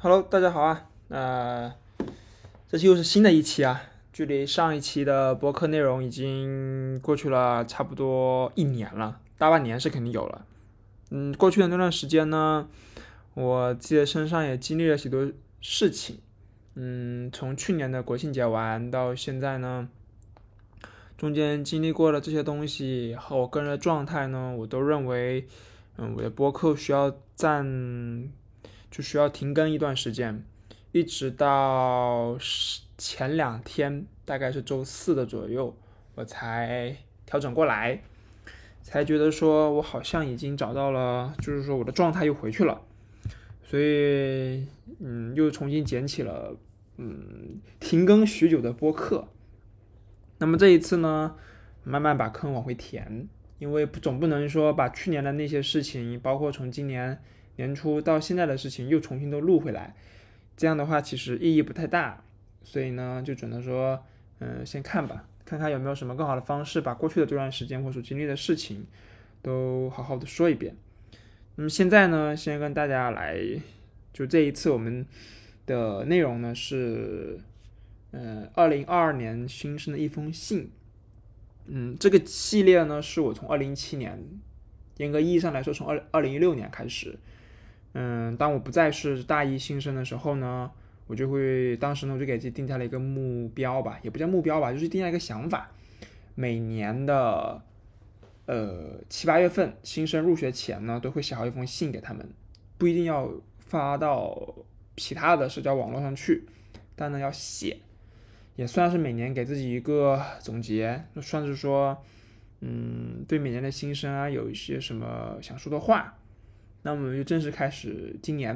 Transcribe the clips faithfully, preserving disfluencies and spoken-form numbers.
Hello，大家好啊。呃，这期又是新的一期啊，距离上一期的播客内容已经过去了差不多一年了，大半年是肯定有了。嗯，过去的那段时间呢，我自己的身上也经历了许多事情。嗯，从去年的国庆节完到现在呢，中间经历过了这些东西和我个人的状态呢，我都认为，嗯，我的播客需要暂就需要停更一段时间，一直到前两天，大概是周四的左右，我才调整过来，才觉得说我好像已经找到了，就是说我的状态又回去了，所以嗯，又重新捡起了嗯停更许久的播客。那么这一次呢，慢慢把坑往回填，因为总不能说把去年的那些事情，包括从今年年初到现在的事情又重新都录回来，这样的话其实意义不太大，所以呢就只能说嗯先看吧，看看有没有什么更好的方式把过去的这段时间或所经历的事情都好好的说一遍。那么现在呢，先跟大家来，就这一次我们的内容呢是嗯二零二二年新生的一封信。嗯，这个系列呢是我从二零一七年，严格意义上来说从二二零一六年开始。嗯，当我不再是大一新生的时候呢，我就会当时呢我就给自己定下了一个目标吧，也不叫目标吧，就是定下一个想法。每年的呃七八月份新生入学前呢，都会写好一封信给他们，不一定要发到其他的社交网络上去，但呢要写，也算是每年给自己一个总结，算是说嗯对每年的新生啊有一些什么想说的话。那我们就正式开始今年。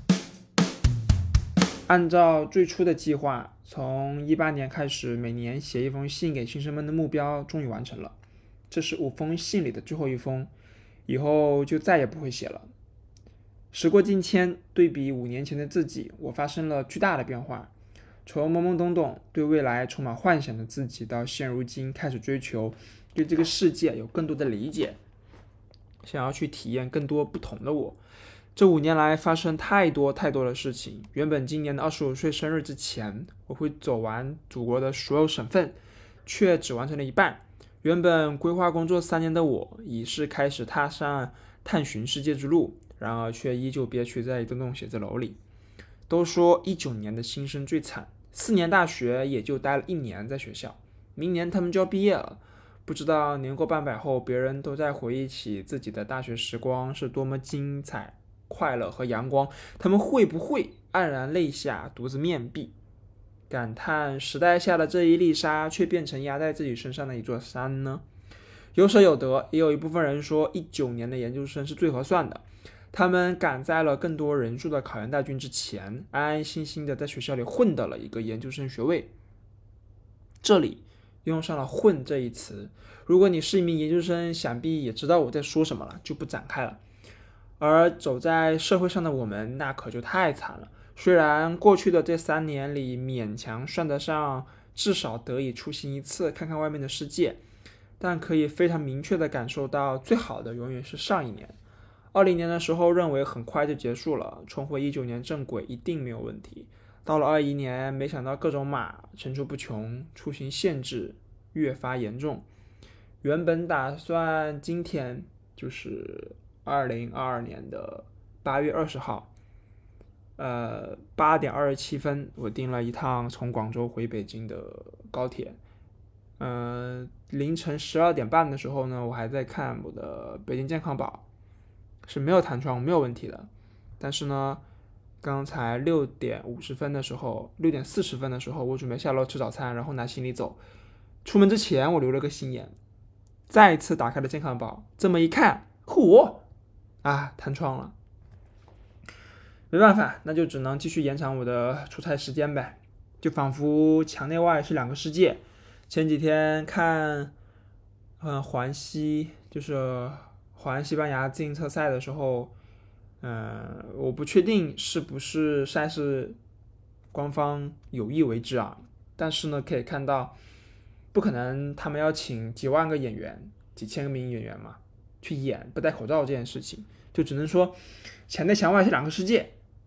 按照最初的计划，从一八年开始，每年写一封信给新生们的目标终于完成了。这是五封信里的最后一封，以后就再也不会写了。时过境迁，对比五年前的自己，我发生了巨大的变化。从懵懵懂懂对未来充满幻想的自己，到现如今开始追求对这个世界有更多的理解，想要去体验更多不同的我。这五年来发生太多太多的事情。原本今年的二十五岁生日之前，我会走完祖国的所有省份，却只完成了一半。原本规划工作三年的我，已是开始踏上探寻世界之路，然而却依旧憋屈在一栋写字楼里。都说一九年的新生最惨，四年大学也就待了一年在学校，明年他们就要毕业了。不知道年过半百后，别人都在回忆起自己的大学时光是多么精彩、快乐和阳光，他们会不会黯然泪下，独自面壁，感叹时代下的这一粒沙却变成压在自己身上的一座山呢？有舍有得，也有一部分人说一九年的研究生是最合算的，他们赶在了更多人数的考研大军之前，安安心心的在学校里混得了一个研究生学位。这里用上了混这一词，如果你是一名研究生，想必也知道我在说什么了，就不展开了。而走在社会上的我们，那可就太惨了。虽然过去的这三年里勉强算得上至少得以出行一次，看看外面的世界，但可以非常明确地感受到，最好的永远是上一年。二零年的时候认为很快就结束了，重回一九年正轨一定没有问题。到了二一年，没想到各种码层出不穷，出行限制越发严重。原本打算今天就是二零二二年的八月二十号，呃，八点二十七分，我订了一趟从广州回北京的高铁。呃，凌晨十二点半的时候呢，我还在看我的北京健康宝，是没有弹窗，没有问题的。但是呢，刚才六点五十分的时候，六点四十分的时候，我准备下楼吃早餐，然后拿行李走。出门之前，我留了个心眼，再一次打开了健康宝，这么一看，嚯！啊，弹窗了，没办法，那就只能继续延长我的出差时间呗，就仿佛墙内外是两个世界。前几天看，嗯，环西就是环西班牙自行车赛的时候，嗯，我不确定是不是赛事官方有意为之啊，但是呢，可以看到，不可能他们要请几万个演员、几千名演员嘛，去演不戴口罩这件事情，就只能说墙内墙外是两个世界。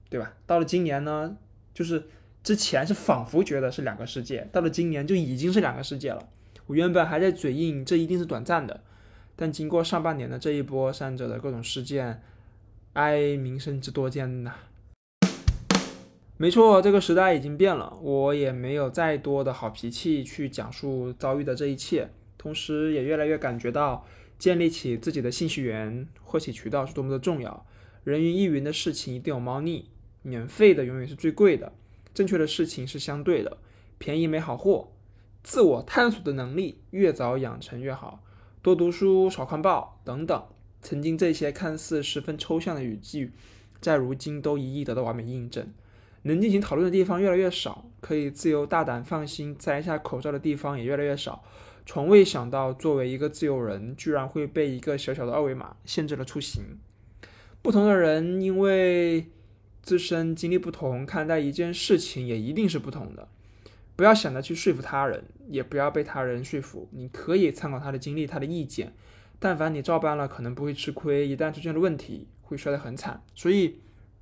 对吧？到了今年呢，就是之前是仿佛觉得是两个世界，到了今年就已经是两个世界了。我原本还在嘴硬，这一定是短暂的，但经过上半年的这一波三者的各种事件，哀民生之多艰呐。没错，这个时代已经变了，我也没有再多的好脾气去讲述遭遇的这一切，同时也越来越感觉到建立起自己的信息源、获取渠道是多么的重要。人云亦云的事情一定有猫腻，免费的永远是最贵的，正确的事情是相对的，便宜没好货。自我探索的能力越早养成越好，多读书、少看报等等。曾经这些看似十分抽象的语句，在如今都一一得到完美印证。能进行讨论的地方越来越少，可以自由大胆放心摘下口罩的地方也越来越少。从未想到作为一个自由人，居然会被一个小小的二维码限制了出行。不同的人因为自身经历不同，看待一件事情也一定是不同的。不要想着去说服他人，也不要被他人说服。你可以参考他的经历、他的意见，但凡你照搬了，可能不会吃亏，一旦出现了问题，会摔得很惨。所以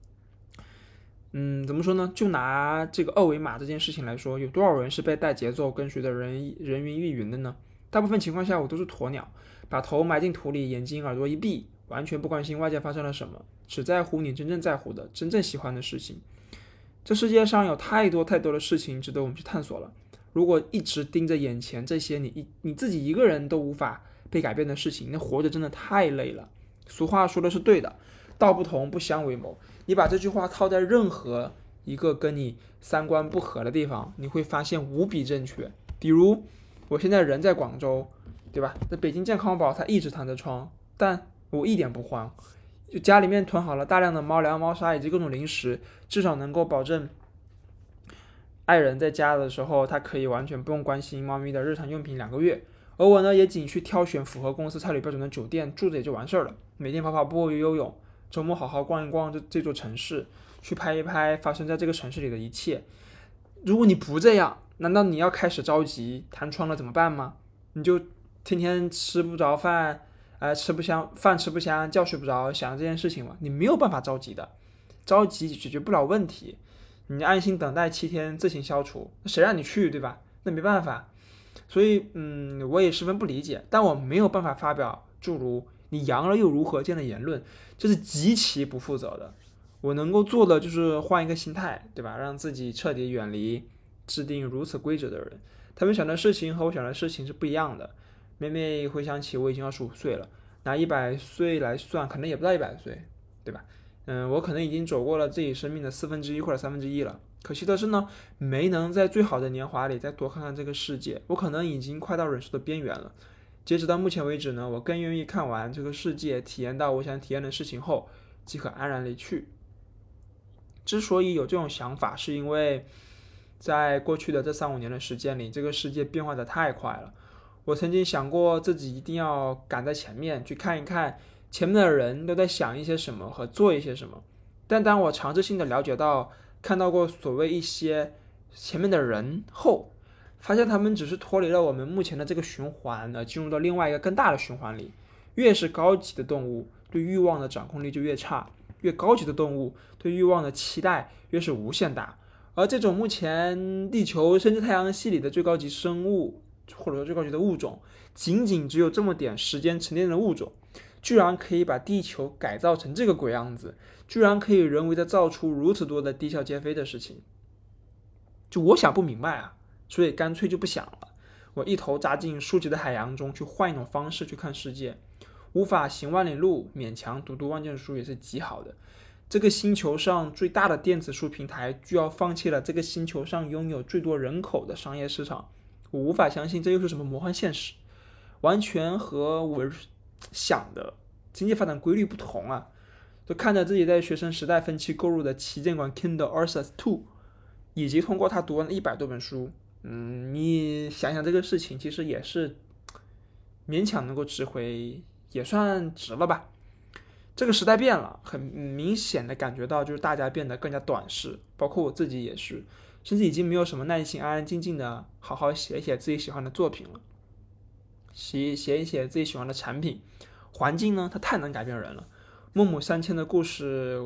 嗯，怎么说呢？就拿这个二维码这件事情来说，有多少人是被带节奏跟随的人人云亦云的呢？大部分情况下，我都是鸵鸟，把头埋进土里，眼睛耳朵一闭，完全不关心外界发生了什么，只在乎你真正在乎的、真正喜欢的事情。这世界上有太多太多的事情值得我们去探索了。如果一直盯着眼前这些你你自己一个人都无法被改变的事情，那活着真的太累了。俗话说的是对的，道不同不相为谋。你把这句话套在任何一个跟你三观不合的地方，你会发现无比正确。比如我现在人在广州，对吧？在北京健康宝它一直躺着窗，但我一点不慌，就家里面囤好了大量的猫粮、猫砂以及各种零食，至少能够保证爱人在家的时候，他可以完全不用关心猫咪的日常用品两个月。而我呢，也仅去挑选符合公司差旅标准的酒店住着也就完事儿了。每天跑跑步、游游泳，周末好好逛一逛这这座城市，去拍一拍发生在这个城市里的一切。如果你不这样，难道你要开始着急弹窗了怎么办吗？你就天天吃不着饭，呃，吃不香，饭吃不香，觉睡不着，想这件事情吗？你没有办法着急的，着急解决不了问题。你安心等待七天自行消除，谁让你去，对吧？那没办法。所以，嗯，我也十分不理解，但我没有办法发表诸如“你阳了又如何”这样的言论，这是极其不负责的。我能够做的就是换一个心态，对吧？让自己彻底远离制定如此规则的人。他们想的事情和我想的事情是不一样的。每每回想起我已经二十五岁了，拿一百岁来算，可能也不到一百岁，对吧？嗯，我可能已经走过了自己生命的四分之一或者三分之一了。可惜的是呢，没能在最好的年华里再多看看这个世界。我可能已经快到忍受的边缘了。截止到目前为止呢，我更愿意看完这个世界，体验到我想体验的事情后，即可安然离去。之所以有这种想法，是因为在过去的这三五年的时间里，这个世界变化的太快了。我曾经想过自己一定要赶在前面，去看一看前面的人都在想一些什么和做一些什么。但当我尝试性的了解到，看到过所谓一些前面的人后，发现他们只是脱离了我们目前的这个循环，而进入到另外一个更大的循环里。越是高级的动物，对欲望的掌控力就越差；越高级的动物，对欲望的期待越是无限大。而这种目前地球甚至太阳系里的最高级生物，或者说最高级的物种，仅仅只有这么点时间沉淀的物种，居然可以把地球改造成这个鬼样子，居然可以人为的造出如此多的啼笑皆非的事情，就我想不明白啊，所以干脆就不想了。我一头扎进书籍的海洋中，去换一种方式去看世界。无法行万里路，勉强读读万卷书也是极好的。这个星球上最大的电子书平台就要放弃了这个星球上拥有最多人口的商业市场，我无法相信这又是什么魔幻现实，完全和我想的经济发展规律不同啊！就看着自己在学生时代分期购入的旗舰款 Kindle Ursus 二，以及通过它读完了一百多本书，嗯，你想想这个事情，其实也是勉强能够值回，也算值了吧。这个时代变了，很明显的感觉到就是大家变得更加短视，包括我自己也是，甚至已经没有什么耐心安安静静的好好写一写自己喜欢的作品了，写写一写自己喜欢的产品。环境呢，它太能改变人了。孟母三迁的故事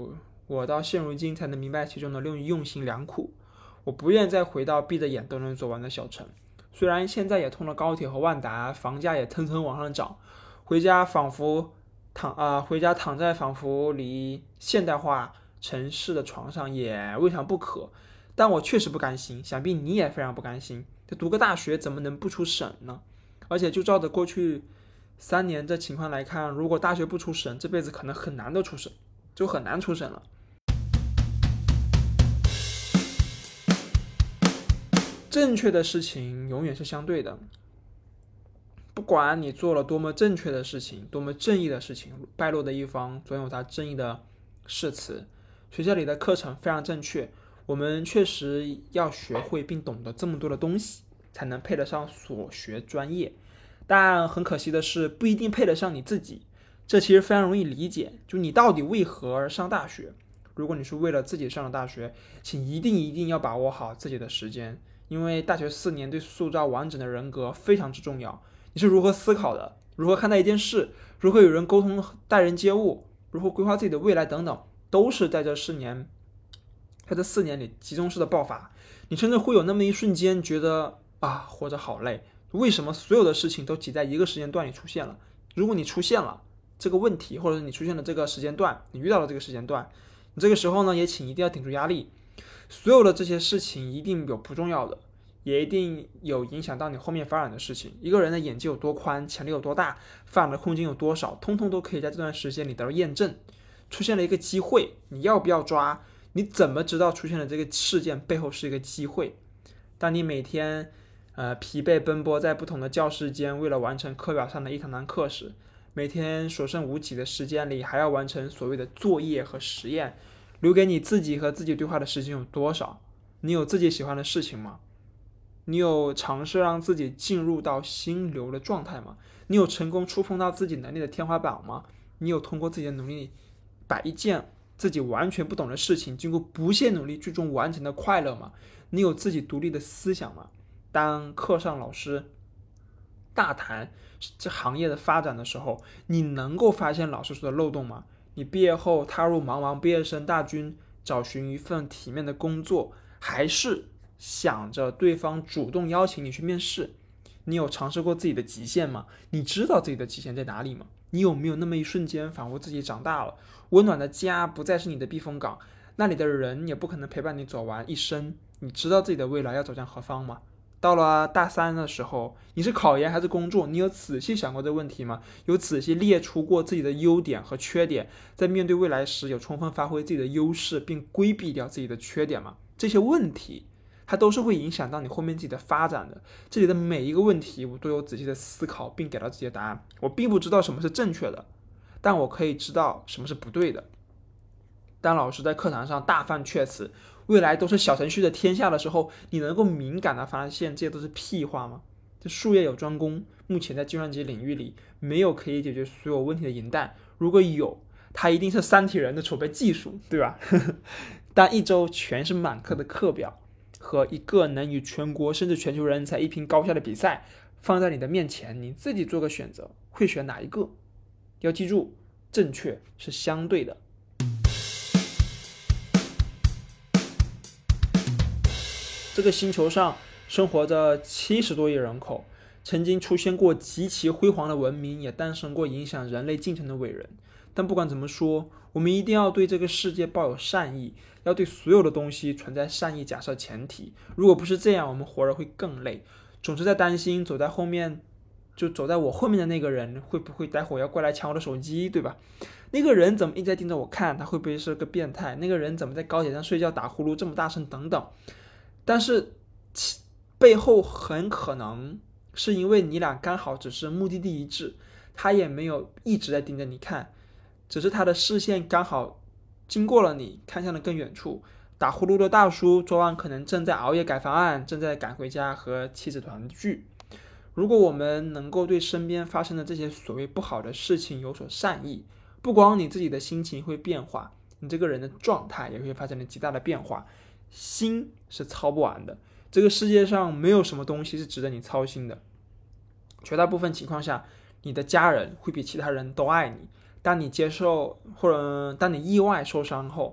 我到现如今才能明白其中的用心良苦。我不愿再回到闭着眼都能走完的小城，虽然现在也通了高铁和万达，房价也蹭蹭往上涨，回家仿佛躺啊、呃，回家躺在仿佛离现代化城市的床上也未尝不可。但我确实不甘心，想必你也非常不甘心。这读个大学怎么能不出省呢？而且就照着过去三年这情况来看，如果大学不出省，这辈子可能很难的出省，就很难出省了。正确的事情永远是相对的，不管你做了多么正确的事情，多么正义的事情，败落的一方总有他正义的誓词。学校里的课程非常正确，我们确实要学会并懂得这么多的东西，才能配得上所学专业。但很可惜的是，不一定配得上你自己。这其实非常容易理解，就你到底为何而上大学？如果你是为了自己上了大学，请一定一定要把握好自己的时间，因为大学四年对塑造完整的人格非常之重要。你是如何思考的？如何看待一件事？如何与人沟通、待人接物？如何规划自己的未来等等，都是在这四年，在这四年里集中式的爆发。你甚至会有那么一瞬间觉得啊，活着好累。为什么所有的事情都挤在一个时间段里出现了？如果你出现了这个问题，或者是你出现了这个时间段，你遇到了这个时间段，你这个时候呢，也请一定要顶住压力。所有的这些事情一定有不重要的，也一定有影响到你后面发展的事情。一个人的眼界有多宽，潜力有多大，发展的空间有多少，通通都可以在这段时间里得到验证。出现了一个机会，你要不要抓？你怎么知道出现了这个事件背后是一个机会？当你每天呃疲惫奔波在不同的教室间，为了完成课表上的一堂堂课时，每天所剩无几的时间里还要完成所谓的作业和实验，留给你自己和自己对话的时间有多少？你有自己喜欢的事情吗？你有尝试让自己进入到心流的状态吗？你有成功触碰到自己能力的天花板吗？你有通过自己的努力把一件自己完全不懂的事情经过不懈努力最终完成的快乐吗？你有自己独立的思想吗？当课上老师大谈这行业的发展的时候，你能够发现老师说的漏洞吗？你毕业后踏入茫茫毕业生大军，找寻一份体面的工作，还是想着对方主动邀请你去面试？你有尝试过自己的极限吗？你知道自己的极限在哪里吗？你有没有那么一瞬间仿佛自己长大了，温暖的家不再是你的避风港，那里的人也不可能陪伴你走完一生？你知道自己的未来要走向何方吗？到了大三的时候，你是考研还是工作？你有仔细想过这个问题吗？有仔细列出过自己的优点和缺点，在面对未来时有充分发挥自己的优势，并规避掉自己的缺点吗？这些问题它都是会影响到你后面自己的发展的。这里的每一个问题我都有仔细的思考并给到自己的答案。我并不知道什么是正确的，但我可以知道什么是不对的。当老师在课堂上大放阙词，未来都是小程序的天下的时候，你能够敏感的发现这些都是屁话吗？这术业有专攻，目前在计算机领域里没有可以解决所有问题的银弹，如果有，它一定是三体人的储备技术，对吧？但一周全是满课的课表和一个能与全国甚至全球人才一拼高下的比赛放在你的面前，你自己做个选择，会选哪一个？要记住，正确是相对的。这个星球上生活着七十多亿人口，曾经出现过极其辉煌的文明，也诞生过影响人类进程的伟人。但不管怎么说，我们一定要对这个世界抱有善意，要对所有的东西存在善意假设前提。如果不是这样，我们活着会更累，总是在担心走在后面，就走在我后面的那个人会不会待会要过来抢我的手机，对吧？那个人怎么一直在盯着我看，他会不会是个变态？那个人怎么在高铁上睡觉打呼噜这么大声等等。但是背后很可能是因为你俩刚好只是目的地一致，他也没有一直在盯着你看，只是他的视线刚好经过了你，看向了更远处。打呼噜的大叔昨晚可能正在熬夜改方案，正在赶回家和妻子团聚。如果我们能够对身边发生的这些所谓不好的事情有所善意，不光你自己的心情会变化，你这个人的状态也会发生了极大的变化。心是操不完的，这个世界上没有什么东西是值得你操心的。绝大部分情况下，你的家人会比其他人都爱你。当你接受或者当你意外受伤后，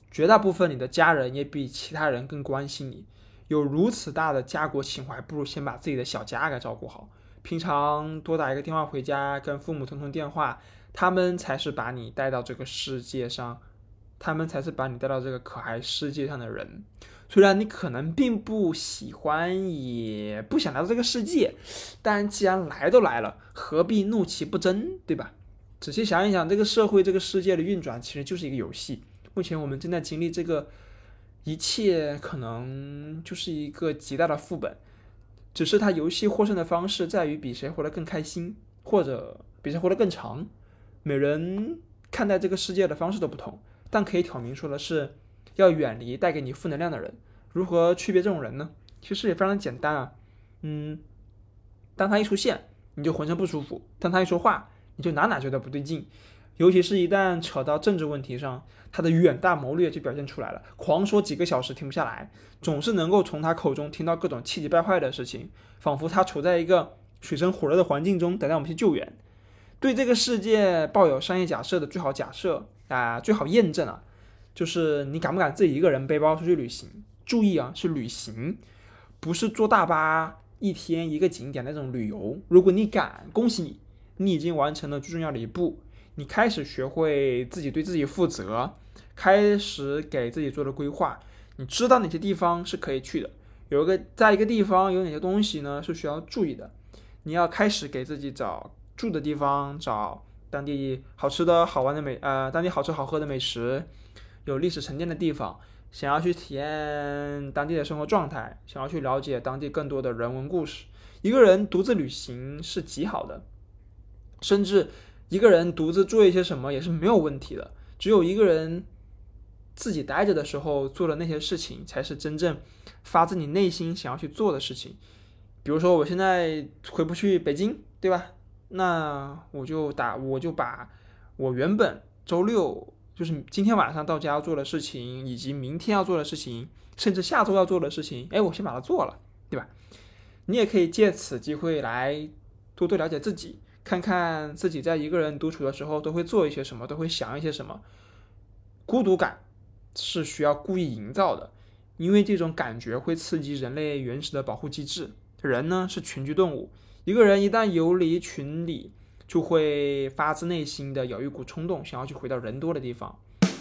绝大部分你的家人也比其他人更关心你。有如此大的家国情怀，不如先把自己的小家给照顾好。平常多打一个电话回家，跟父母通通电话，他们才是把你带到这个世界上，他们才是把你带到这个可爱世界上的人。虽然你可能并不喜欢，也不想来到这个世界，但既然来都来了，何必怒其不争，对吧？仔细想一想，这个社会这个世界的运转其实就是一个游戏。目前我们正在经历这个一切，可能就是一个极大的副本，只是它游戏获胜的方式在于比谁活得更开心，或者比谁活得更长。每人看待这个世界的方式都不同，但可以挑明说的是，要远离带给你负能量的人。如何区别这种人呢？其实也非常的简单啊。嗯，当他一出现，你就浑身不舒服；当他一说话，你就哪哪觉得不对劲。尤其是一旦扯到政治问题上，他的远大谋略就表现出来了，狂说几个小时停不下来，总是能够从他口中听到各种气急败坏的事情，仿佛他处在一个水深火热的环境中，等待我们去救援。对这个世界抱有商业假设的最好假设啊、呃，最好验证啊，就是你敢不敢自己一个人背包出去旅行？注意啊，是旅行，不是坐大巴一天一个景点那种旅游。如果你敢，恭喜你，你已经完成了最重要的一步。你开始学会自己对自己负责，开始给自己做了规划。你知道哪些地方是可以去的，有一个在一个地方有哪些东西呢是需要注意的。你要开始给自己找住的地方，找当地好吃的好玩的美呃当地好吃好喝的美食，有历史沉淀的地方。想要去体验当地的生活状态，想要去了解当地更多的人文故事。一个人独自旅行是极好的，甚至一个人独自做一些什么也是没有问题的。只有一个人自己待着的时候做的那些事情，才是真正发自你内心想要去做的事情。比如说我现在回不去北京，对吧？那我就打我就把我原本周六就是今天晚上到家要做的事情，以及明天要做的事情，甚至下周要做的事情，哎，我先把它做了，对吧？你也可以借此机会来多多了解自己，看看自己在一个人独处的时候都会做一些什么，都会想一些什么。孤独感是需要故意营造的，因为这种感觉会刺激人类原始的保护机制。人呢是群居动物，一个人一旦游离群里，就会发自内心的有一股冲动，想要去回到人多的地方。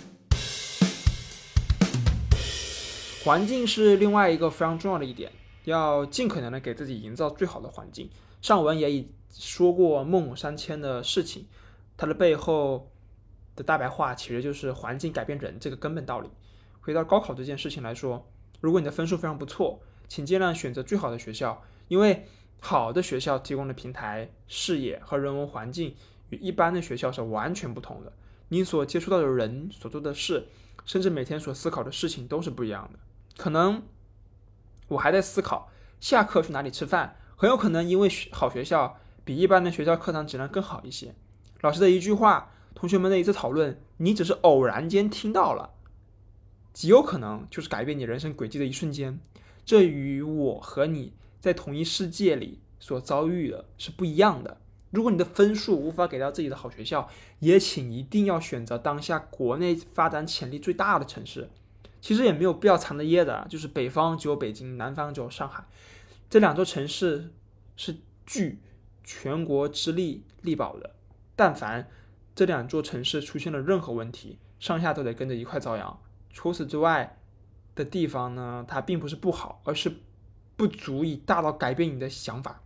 环境是另外一个非常重要的一点，要尽可能的给自己营造最好的环境。上文也已说过孟母三迁的事情，它的背后的大白话其实就是环境改变人这个根本道理。回到高考这件事情来说，如果你的分数非常不错，请尽量选择最好的学校，因为好的学校提供的平台、视野和人文环境与一般的学校是完全不同的。你所接触到的人、所做的事，甚至每天所思考的事情都是不一样的。可能我还在思考下课去哪里吃饭，很有可能因为好学校比一般的学校课堂质量更好一些。老师的一句话，同学们的一次讨论，你只是偶然间听到了，极有可能就是改变你人生轨迹的一瞬间。这与我和你在同一世界里所遭遇的是不一样的。如果你的分数无法给到自己的好学校，也请一定要选择当下国内发展潜力最大的城市。其实也没有必要藏着掖的，就是北方只有北京，南方只有上海，这两座城市是据全国之力力保的。但凡这两座城市出现了任何问题，上下都得跟着一块遭殃。除此之外的地方呢，它并不是不好，而是不足以大到改变你的想法。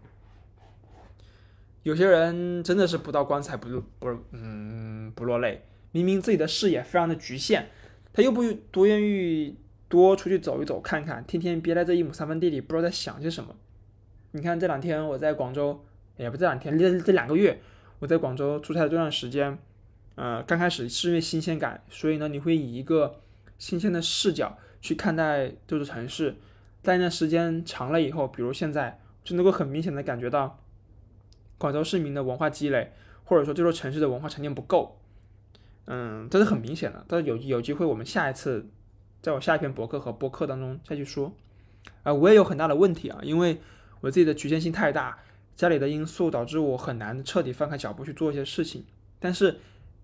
有些人真的是不到棺材不不嗯不落泪，明明自己的视野非常的局限，他又不多愿意多出去走一走看看，天天憋在这一亩三分地里，不知道在想些什么。你看这两天我在广州，也不这两天，这这两个月我在广州出差的这段时间，呃，刚开始是因为新鲜感，所以呢，你会以一个新鲜的视角去看待这座城市。在那时间长了以后，比如现在，就能够很明显的感觉到广州市民的文化积累，或者说这座城市的文化沉淀不够。嗯，这是很明显的。但是有有机会，我们下一次在我下一篇博客和播客当中再去说。啊、呃，我也有很大的问题啊，因为我自己的局限性太大，家里的因素导致我很难彻底放开脚步去做一些事情。但是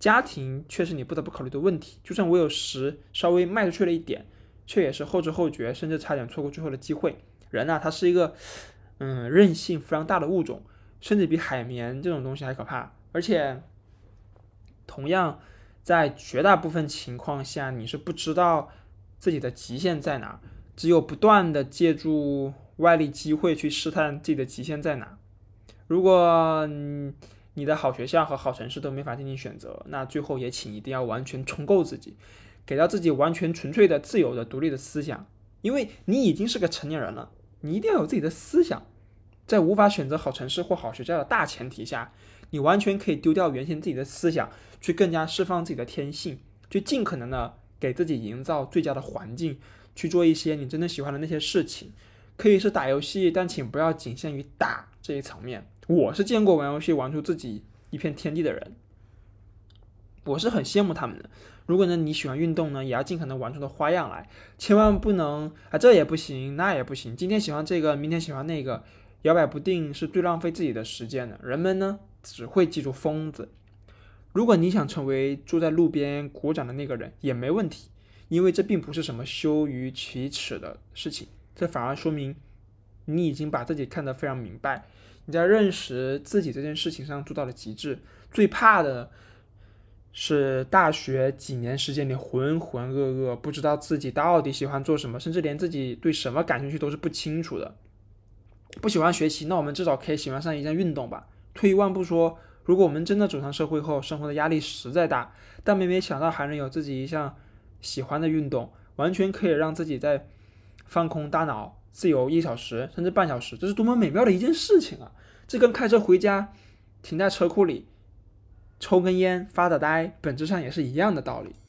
家庭却是你不得不考虑的问题。就算我有时稍微迈出去了一点，却也是后知后觉，甚至差点错过最后的机会。人啊，他是一个嗯韧性非常大的物种，甚至比海绵这种东西还可怕。而且同样在绝大部分情况下，你是不知道自己的极限在哪，只有不断的借助外力机会去试探自己的极限在哪。如果你的好学校和好城市都没法进行选择，那最后也请一定要完全重构自己，给到自己完全纯粹的自由的独立的思想。因为你已经是个成年人了，你一定要有自己的思想。在无法选择好城市或好学校的大前提下，你完全可以丢掉原先自己的思想，去更加释放自己的天性，去尽可能的给自己营造最佳的环境，去做一些你真正喜欢的那些事情。可以是打游戏，但请不要仅限于打这一层面。我是见过玩游戏玩出自己一片天地的人，我是很羡慕他们的。如果呢你喜欢运动呢，也要尽可能玩出的花样来，千万不能啊这也不行那也不行，今天喜欢这个明天喜欢那个，摇摆不定是最浪费自己的时间的。人们呢只会记住疯子。如果你想成为住在路边鼓掌的那个人也没问题，因为这并不是什么羞于启齿的事情，这反而说明你已经把自己看得非常明白，你在认识自己这件事情上做到了极致。最怕的是大学几年时间里浑浑噩噩，不知道自己到底喜欢做什么，甚至连自己对什么感兴趣都是不清楚的。不喜欢学习，那我们至少可以喜欢上一项运动吧。退一万步说，如果我们真的走上社会后，生活的压力实在大，但没没想到还能有自己一项喜欢的运动，完全可以让自己在放空大脑，自由一小时甚至半小时，这是多么美妙的一件事情啊！这跟开车回家停在车库里抽根烟发的呆本质上也是一样的道理。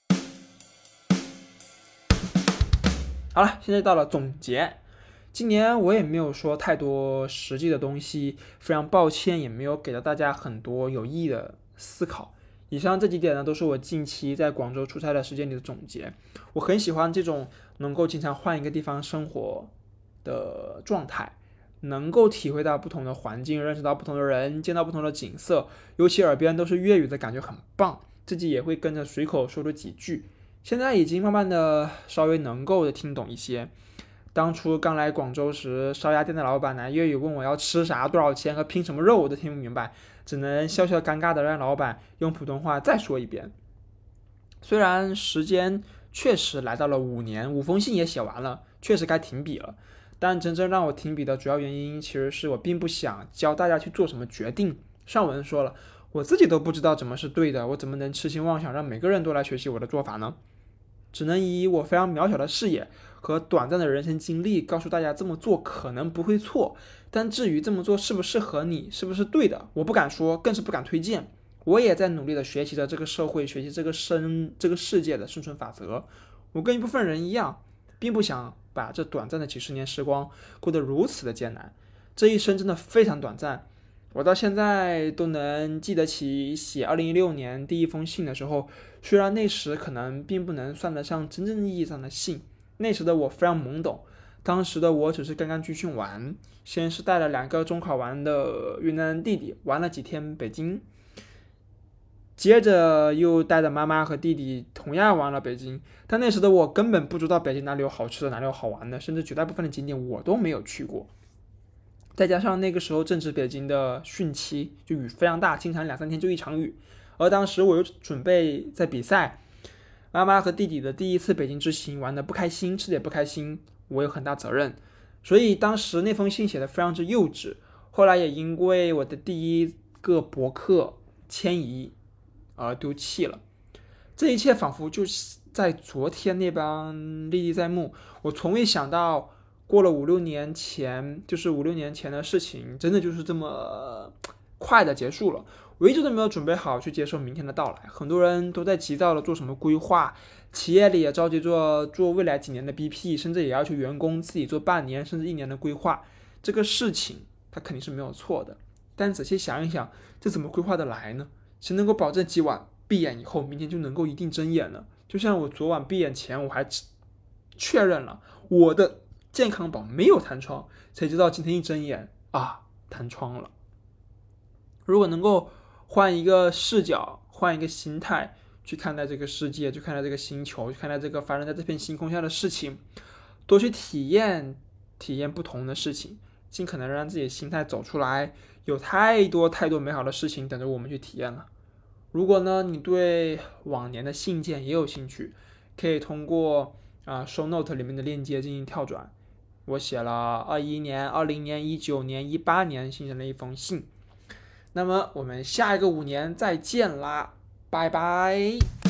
好了，现在到了总结。今年我也没有说太多实际的东西，非常抱歉也没有给到大家很多有意义的思考。以上这几点呢，都是我近期在广州出差的时间里的总结。我很喜欢这种能够经常换一个地方生活的状态，能够体会到不同的环境，认识到不同的人，见到不同的景色，尤其耳边都是粤语的感觉很棒，自己也会跟着随口说出几句。现在已经慢慢的稍微能够的听懂一些。当初刚来广州时，烧鸭店的老板拿粤语问我要吃啥、多少钱和拼什么肉，我都听不明白，只能笑笑尴尬的让老板用普通话再说一遍。虽然时间确实来到了五年，五封信也写完了，确实该停笔了，但真正让我停笔的主要原因，其实是我并不想教大家去做什么决定。上文说了，我自己都不知道怎么是对的，我怎么能痴心妄想让每个人都来学习我的做法呢？只能以我非常渺小的视野和短暂的人生经历告诉大家这么做可能不会错，但至于这么做适不适合你，是不是对的，我不敢说，更是不敢推荐。我也在努力的学习着这个社会，学习这个生这个世界的生存法则。我跟一部分人一样，并不想把这短暂的几十年时光过得如此的艰难。这一生真的非常短暂，我到现在都能记得起写二零一六年第一封信的时候，虽然那时可能并不能算得上真正意义上的信，那时的我非常懵懂，当时的我只是刚刚军训完，先是带了两个中考完的云南弟弟玩了几天北京，接着又带着妈妈和弟弟同样玩了北京，但那时的我根本不知道北京哪里有好吃的，哪里有好玩的，甚至绝大部分的景点我都没有去过。再加上那个时候正值北京的汛期，就雨非常大，经常两三天就一场雨，而当时我又准备在比赛，妈妈和弟弟的第一次北京之行玩得不开心，吃得也不开心，我有很大责任，所以当时那封信写得非常之幼稚。后来也因为我的第一个博客迁移而丢弃了。这一切仿佛就是在昨天那般历历在目，我从未想到过了五六年前，就是五六年前的事情，真的就是这么快的结束了。我一直都没有准备好去接受明天的到来，很多人都在急躁的做什么规划，企业里也着急做做未来几年的 B P， 甚至也要求员工自己做半年甚至一年的规划。这个事情它肯定是没有错的，但仔细想一想，这怎么规划得来呢？谁能够保证今晚闭眼以后明天就能够一定睁眼呢？就像我昨晚闭眼前我还确认了我的健康宝没有弹窗，谁知道今天一睁眼啊，弹窗了。如果能够换一个视角，换换一个心态去看待这个世界，去看待这个星球，去看待这个发生在这片星空下的事情，多去体验体验不同的事情，尽可能让自己的心态走出来。有太多太多美好的事情等着我们去体验了。如果呢，你对往年的信件也有兴趣，可以通过啊、呃、show note 里面的链接进行跳转。我写了二一年、二零年、一九年、一八年形成的一封信。那么我们下一个五年再见啦，拜拜。